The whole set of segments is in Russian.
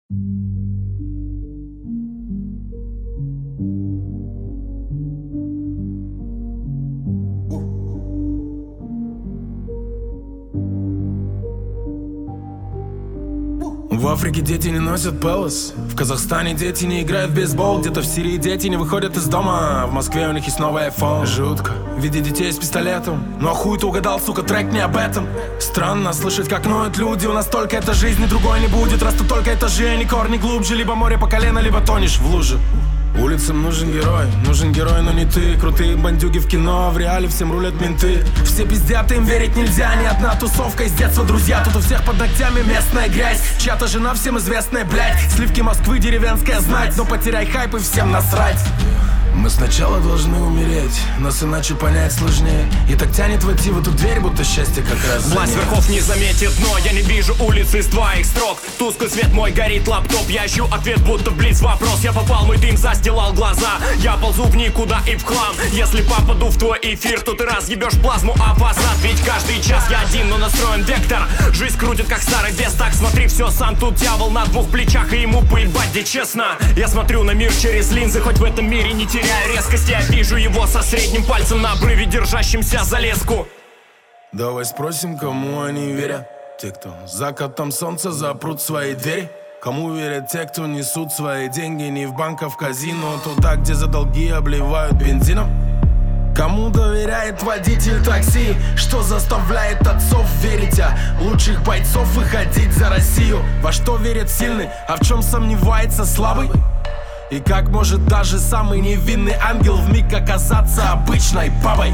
В Африке дети не носят пелос, в Казахстане дети не играют в бейсбол, где-то в Сирии дети не выходят из дома, в Москве у них есть новый iPhone. Жутко видеть детей с пистолетом, ну а хуй ты угадал, сука, трек не об этом. Странно слышать, как ноют люди, у нас только эта жизнь, и другой не будет, растут только этажи, а не корни глубже, либо море по колено, либо тонешь в луже. Улицам нужен герой, но не ты. Крутые бандюги в кино, в реале всем рулят менты. Все пиздят, им верить нельзя. Ни одна тусовка из детства, друзья. Тут у всех под ногтями местная грязь. Чья-то жена всем известная, блядь. Сливки Москвы, деревенская знать. Но потеряй хайп и всем насрать. Мы сначала должны умереть, нас иначе понять сложнее. И так тянет войти в эту дверь, будто счастье как раз за ней. Власть верхов не заметит дно, я не вижу улицы из твоих строк. Тусклый свет мой, горит лаптоп, я ищу ответ, будто в блиц вопрос. Я попал, мой дым застилал глаза, я ползу в никуда и в хлам. Если попаду в твой эфир, то ты разъебешь плазму опознат. Ведь каждый час я один, но настроен вектор. Жизнь крутит, как старый вес, так смотри все сам. Тут дьявол на двух плечах, и ему поебать, где честно. Я смотрю на мир через линзы, хоть в этом мире не теряю резкость. Я вижу его со средним пальцем на обрыве, держащимся за леску. Давай спросим, кому они верят. Те, кто за закатом солнца запрут свои двери. Кому верят те, кто несут свои деньги не в банк, а в казино, туда, где за долги обливают бензином. Кому доверяет водитель такси, что заставляет отцов верить, а лучших бойцов выходить за Россию. Во что верит сильный, а в чем сомневается слабый? И как может даже самый невинный ангел вмиг оказаться обычной бабой?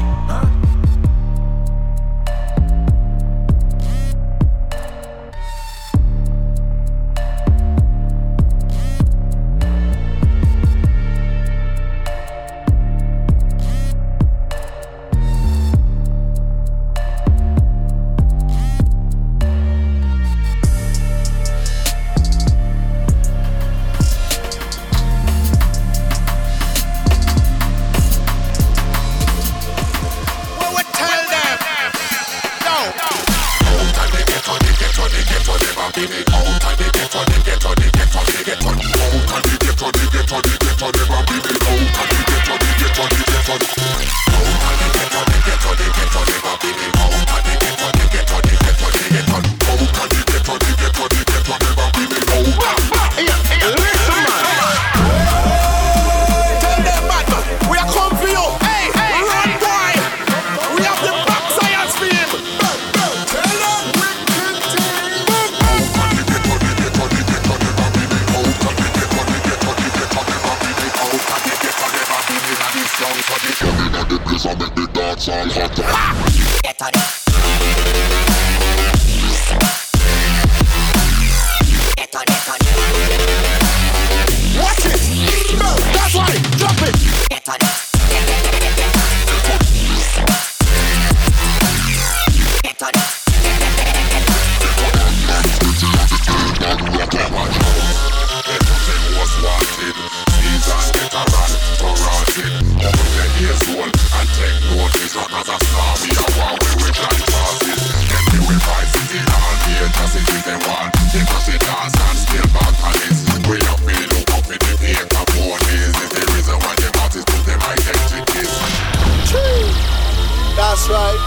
That's right.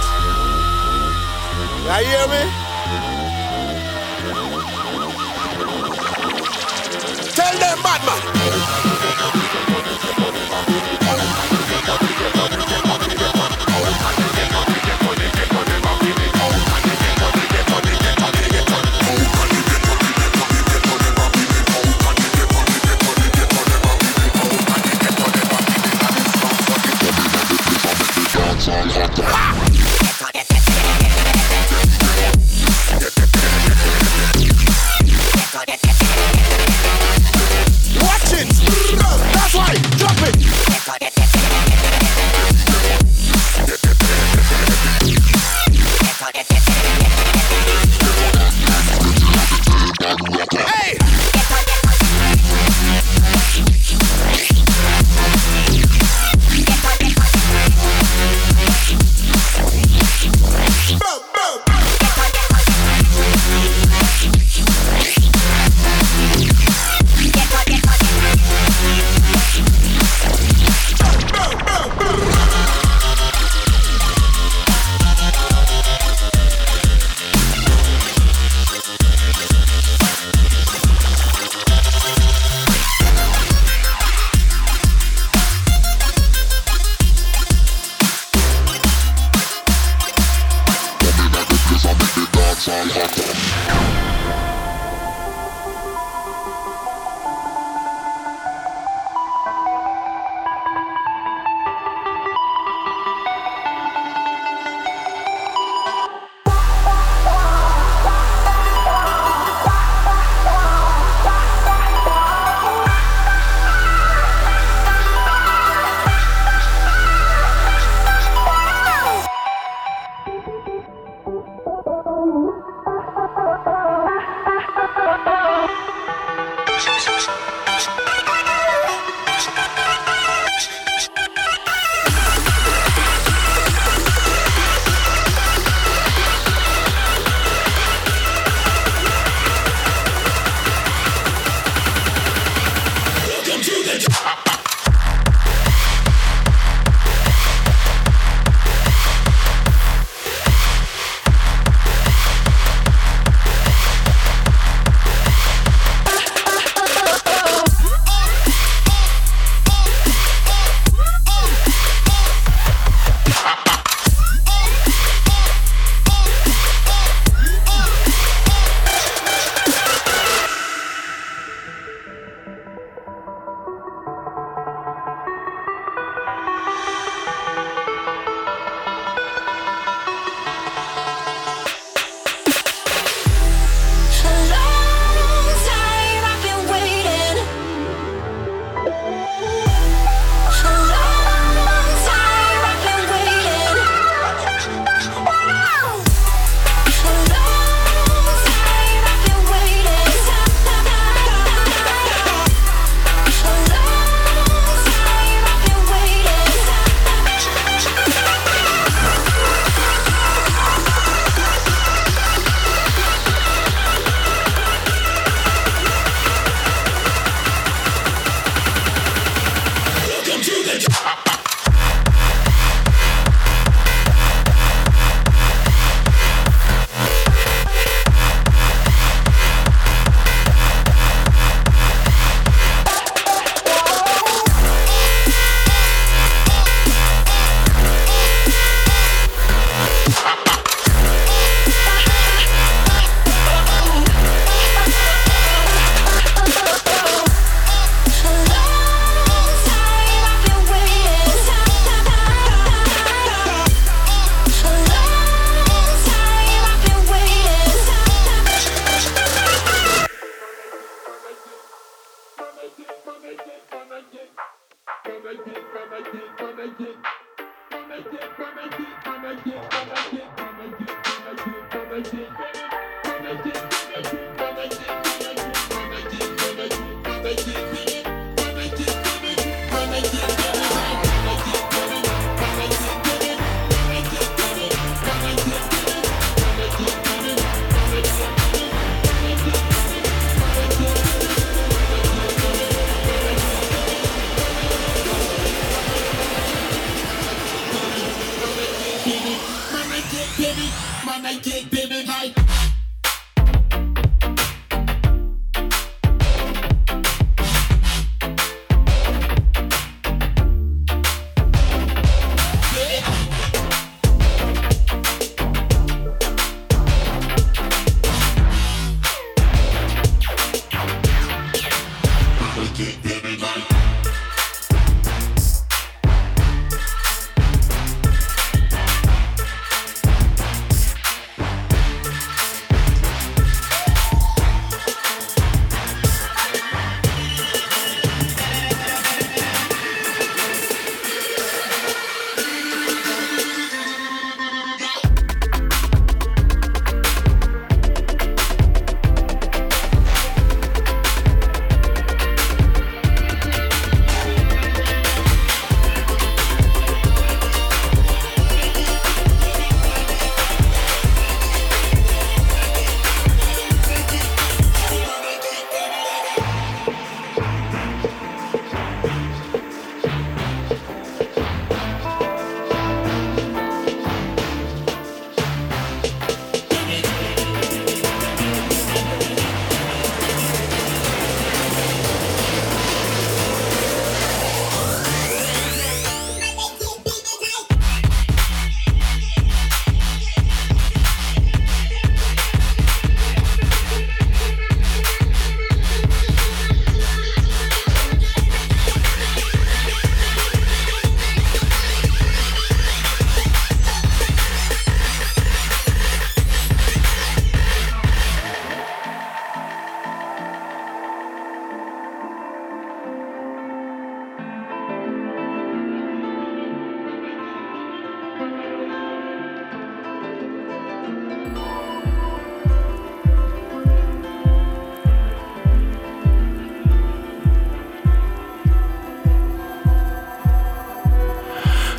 You hear me? Tell them, madman. Watch it.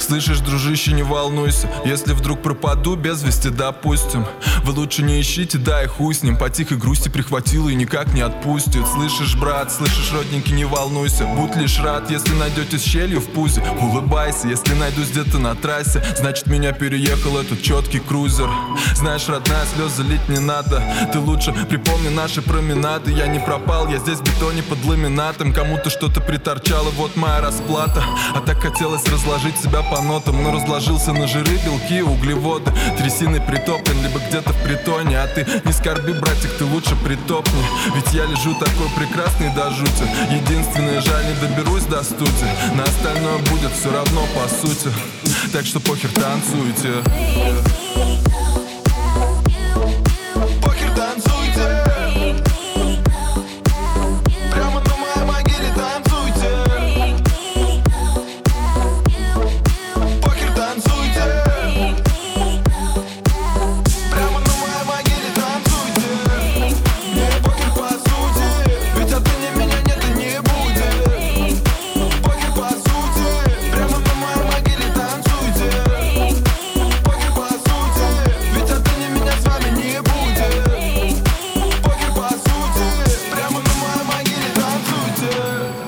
Слышишь, дружище, не волнуйся, если вдруг пропаду без вести, допустим. Вы лучше не ищите, да и хуй с ним. По тихой грусти прихватил и никак не отпустит. Слышишь, брат, слышишь, родненький, не волнуйся. Будь лишь рад, если найдете с щелью в пузе. Улыбайся, если найдусь где-то на трассе, значит меня переехал этот четкий крузер. Знаешь, родная, слезы лить не надо. Ты лучше припомни наши променады. Я не пропал, я здесь в бетоне под ламинатом. Кому-то что-то приторчало, вот моя расплата. А так хотелось разложить себя по нотам, но разложился на жиры, белки, углеводы. Трясиной притоплен, либо где-то в притоне. А ты не скорби, братик, ты лучше притопни. Ведь я лежу такой прекрасный до жути. Единственное, жаль, не доберусь до стути. На остальное будет все равно по сути. Так что похер, танцуйте. Похер, танцуйте. Прямо на моей могиле танцуйте. Похер, танцуйте. Прямо на моей могиле танцуйте. Мне похер по сути, ведь отныне меня нет и не будет. Похер по сути, прямо на моей могиле танцуйте. Похер по сути, ведь отныне меня с вами не будет. Похер по сути, прямо на моей могиле танцуйте.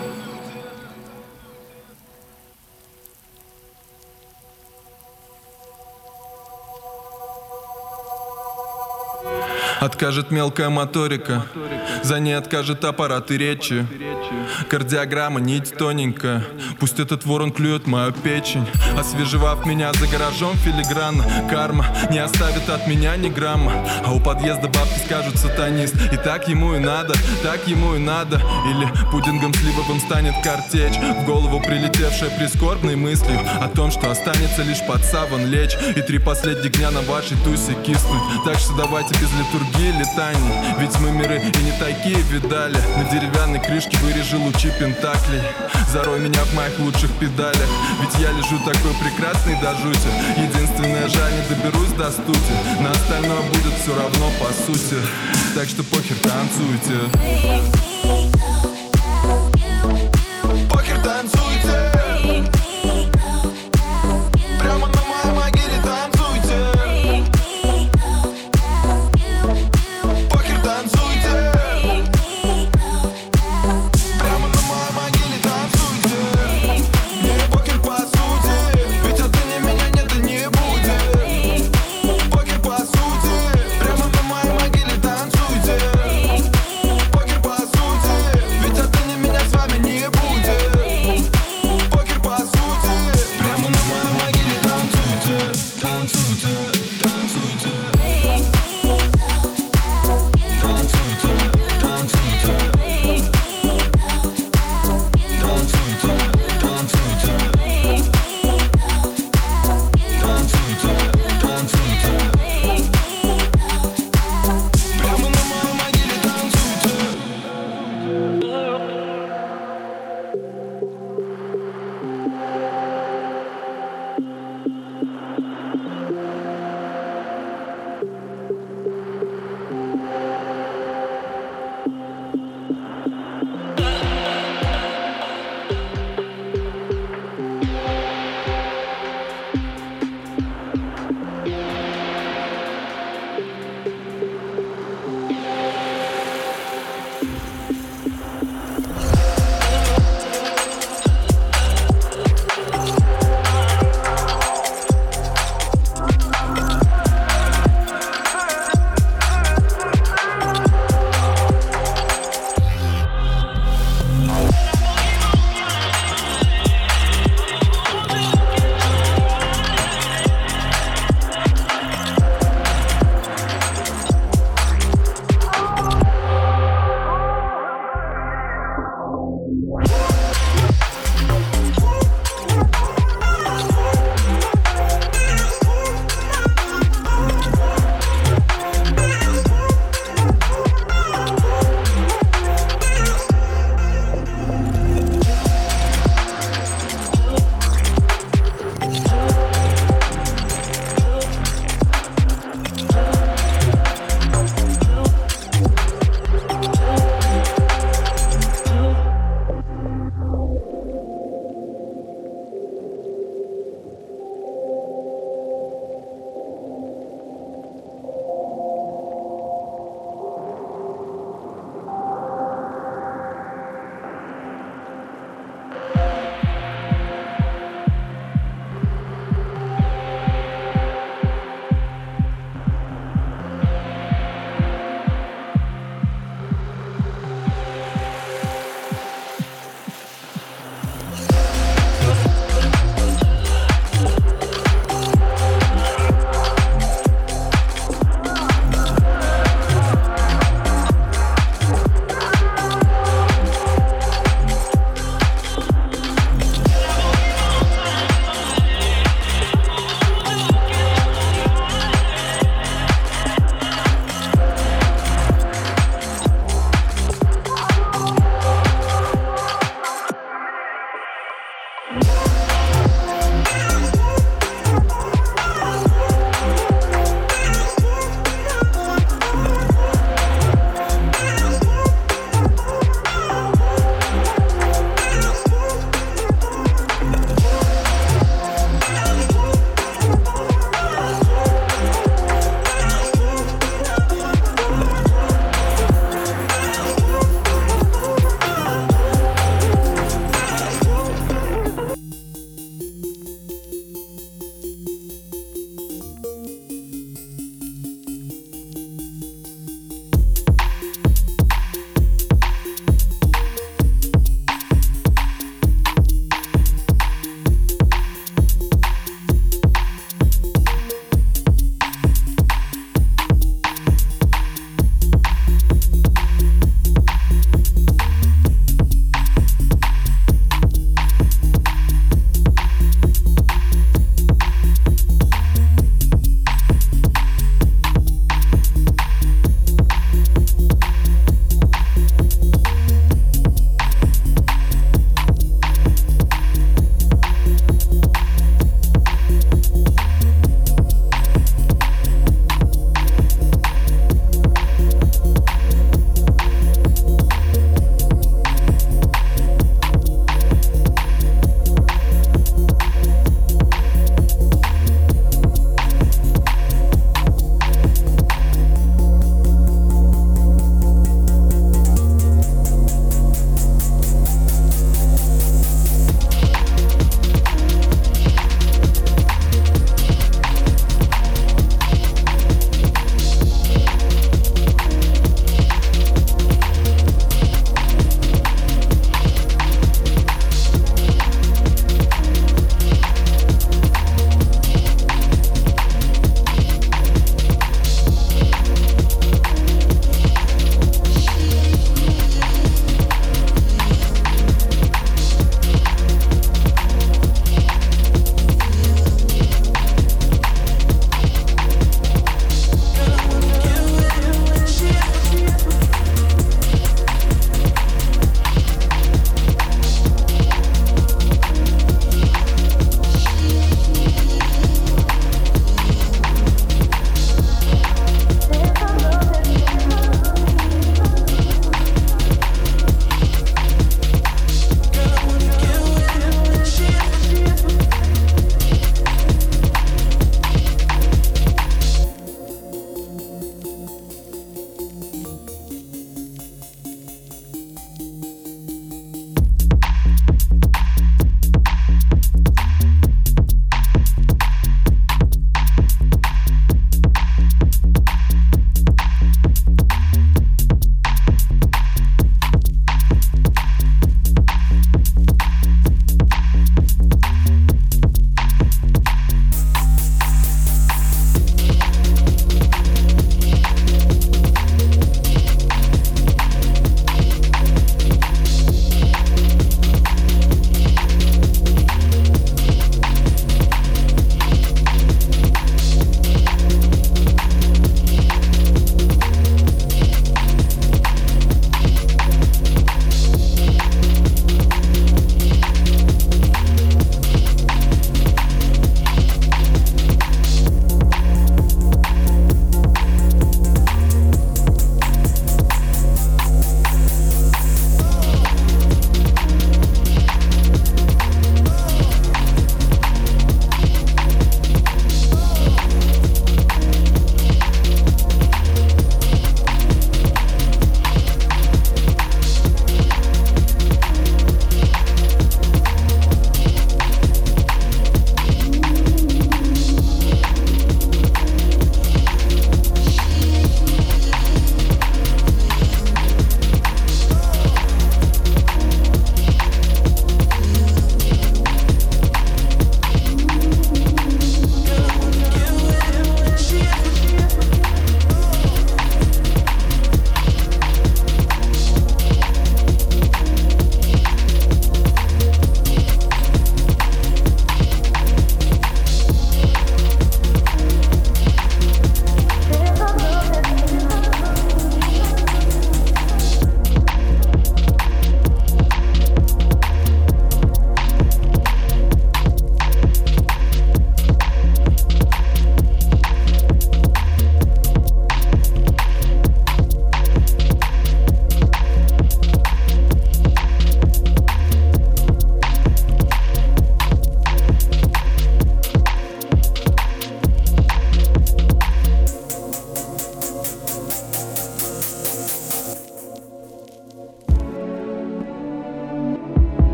Откажет мелкая моторика, за ней откажет аппараты речи. Кардиограмма, нить тоненькая, пусть этот ворон клюет мою печень. Освежевав меня за гаражом филигранно, карма не оставит от меня ни грамма. А у подъезда бабки скажут сатанист. И так ему и надо, так ему и надо. Или пудингом сливовым станет картечь, в голову прилетевшая прискорбной мыслью о том, что останется лишь под саван лечь и 3 последних дня на вашей тусе киснуть. Так что давайте без литургии летаний, ведь мы миры и не такие видали. На деревянной крышке вырежу лучи пентаклей. Зарой меня в моих лучших педалях, ведь я лежу такой прекрасный до жути. Единственное, жаль, не доберусь до стути. На остальное будет все равно по сути. Так что похер, танцуйте. Похер, танцуйте. Прямо на моей могиле танцуйте. Похер, танцуйте. Прямо на моей могиле танцуйте. Мне похер по сути, ведь отныне меня нет и не будет. Похер по сути, прямо на моей могиле танцуйте. Похер по сути, ведь отныне меня с вами не будет. Похер по сути, прямо на моей могиле танцуйте. Танцуйте, танцуйте. Танцуйте, танцуйте. Танцуйте, танцуйте. Танцуйте, танцуйте. Прямо на моей могиле танцуйте.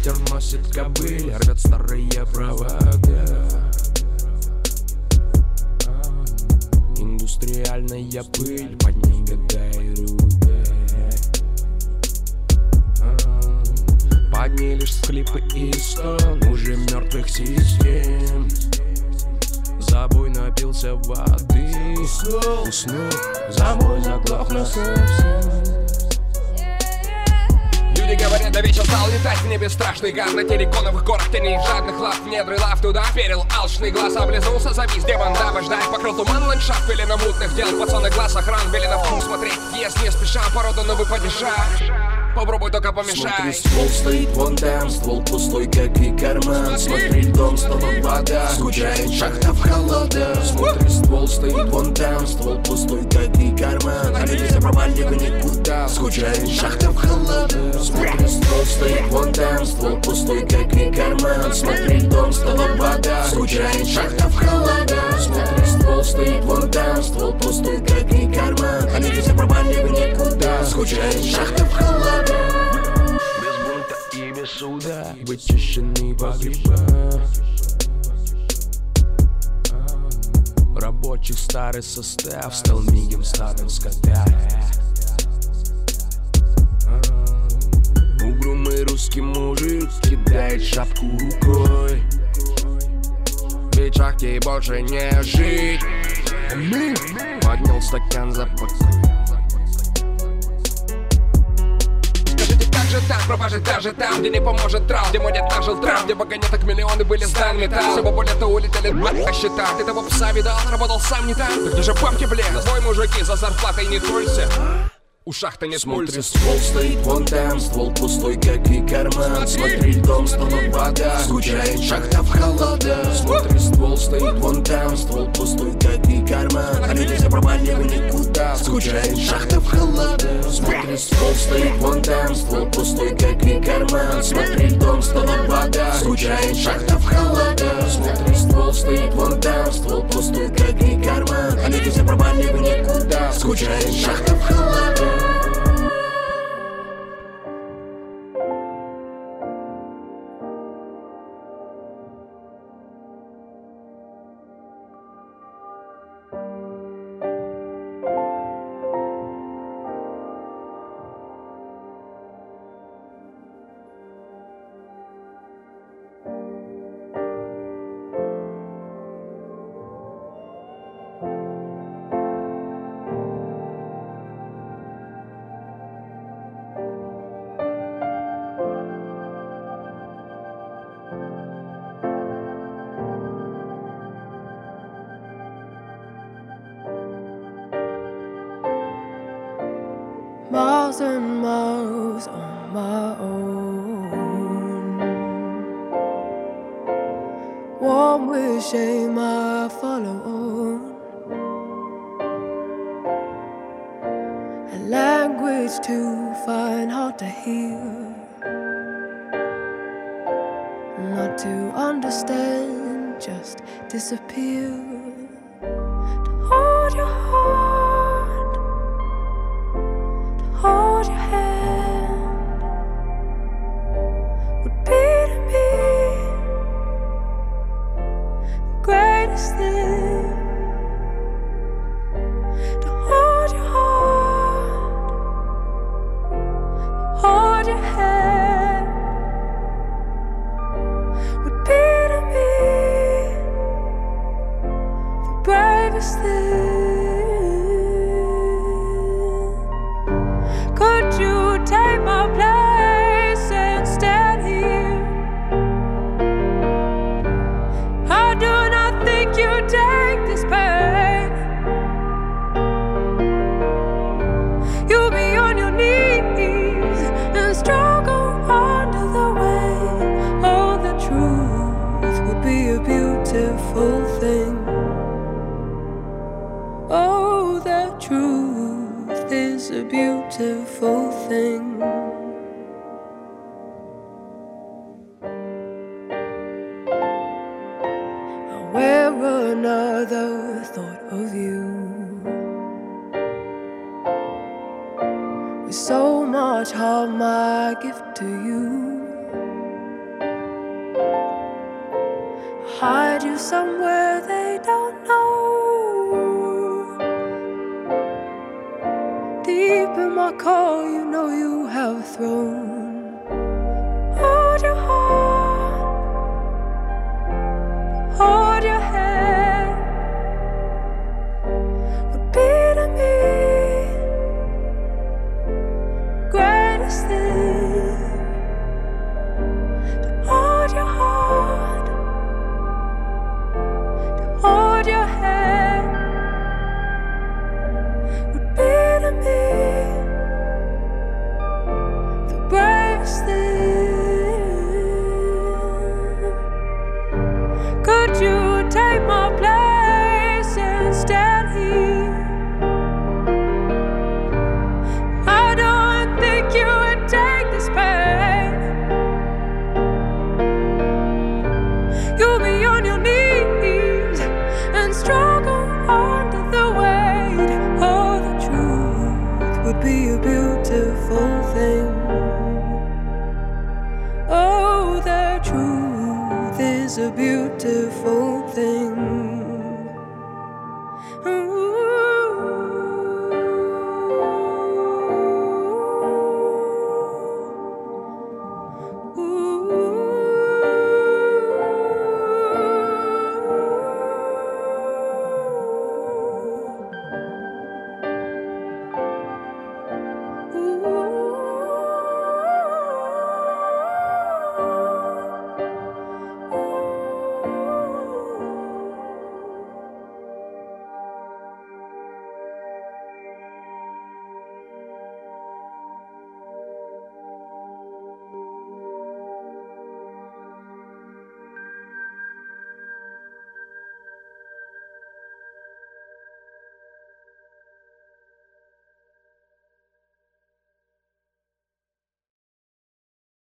Ветер носит кобыль, рвет старые провода. Индустриальная пыль, под ней года и руда. Под ней лишь всхлипы и стон уже мертвых систем. Забой напился воды, уснул, забой заглох на совсем. Люди говорят, да вечер стал летать в небе страшный газ. На терриконовых горах теней жадных лав, в недры лав туда вперил алчный глаз. Облизнулся, завис, демон, дабы ждать. Покрыл туман ландшафт, велено мутных дел. Пацаны глаз охран, велено в смотреть. Есть не спеша, порода, но вы подешать. Попробуй только помешай. Смотри, ствол стоит вон там, ствол пустой, как и карман. Смотри, дом стала вода, скучает шахта в холодах. Смотри, ствол стоит вон там, ствол пустой, как и карман. А люди запропали в никуда, скучает шахта в холодах. Смотри, ствол стоит вон там, ствол пустой, как и карман. Смотри, дом стала вода, скучает шахта в холодах. Смотри, ствол стоит вон там, ствол пустой, как и карман. А люди запропали в никуда, скучает шахта в холодах. Без бунта и без суда, вычищенный погреба. Рабочих старый состав стал мигом стадом скота. Угрюмый русский мужик кидает шапку рукой. Ведь шахте больше не жить. Поднял стакан за покой. Там, пропажи даже там, где не поможет трав, где мой дед нажил трав, где вагонеток миллионы были сдан металл. Все бабулеты улетели на счетах. Ты того пса видал, работал сам не там. Так где же бабки, блин? Твой мужики за зарплатой не тулься. У шахты нет Смотри, пульса. ствол стоит вон там, ствол пустой, как и карман. Смотри, дом стала вода, скучает шахта в холодах. Смотри, ствол стоит вон там, ствол пустой, как и карман. А люди запропали в никуда, скучает шахта в холодах. Смотри, ствол стоит вон там, ствол пустой, как и карман. Смотри, дом стала вода, скучает шахта в холодах. Смотри, ствол стоит вон там, ствол пустой, как и карман. А люди запропали в никуда, скучает шахта в холодах. Miles and miles on my own. One with shame I follow on. A language to find hard to hear. Not to understand, just disappear. To hold your heart, hold your hand, would be to me the greatest thing. To hold your heart, hold your hand, would be to me the bravest thing. Could you take my place and stand here? I do not think you take this pain. You'll be on your knees and struggle under the weight. Oh, the truth would be a beautiful thing. Oh, the truth is a beautiful thing. I wear another thought of you with so much heart, my gift to you. hide you somewhere they don't know. Deep in my core, you know you have a throne. Hold your heart, hold your head. Would be to me greatest thing. To hold your heart, hold your head, would be to me the bravest thing. Could you take my place and stand here? I don't think you would take this pain. You'll be on your knees and struggle under the weight. Oh, the truth would be a beautiful thing. Oh, the truth is a beautiful thing.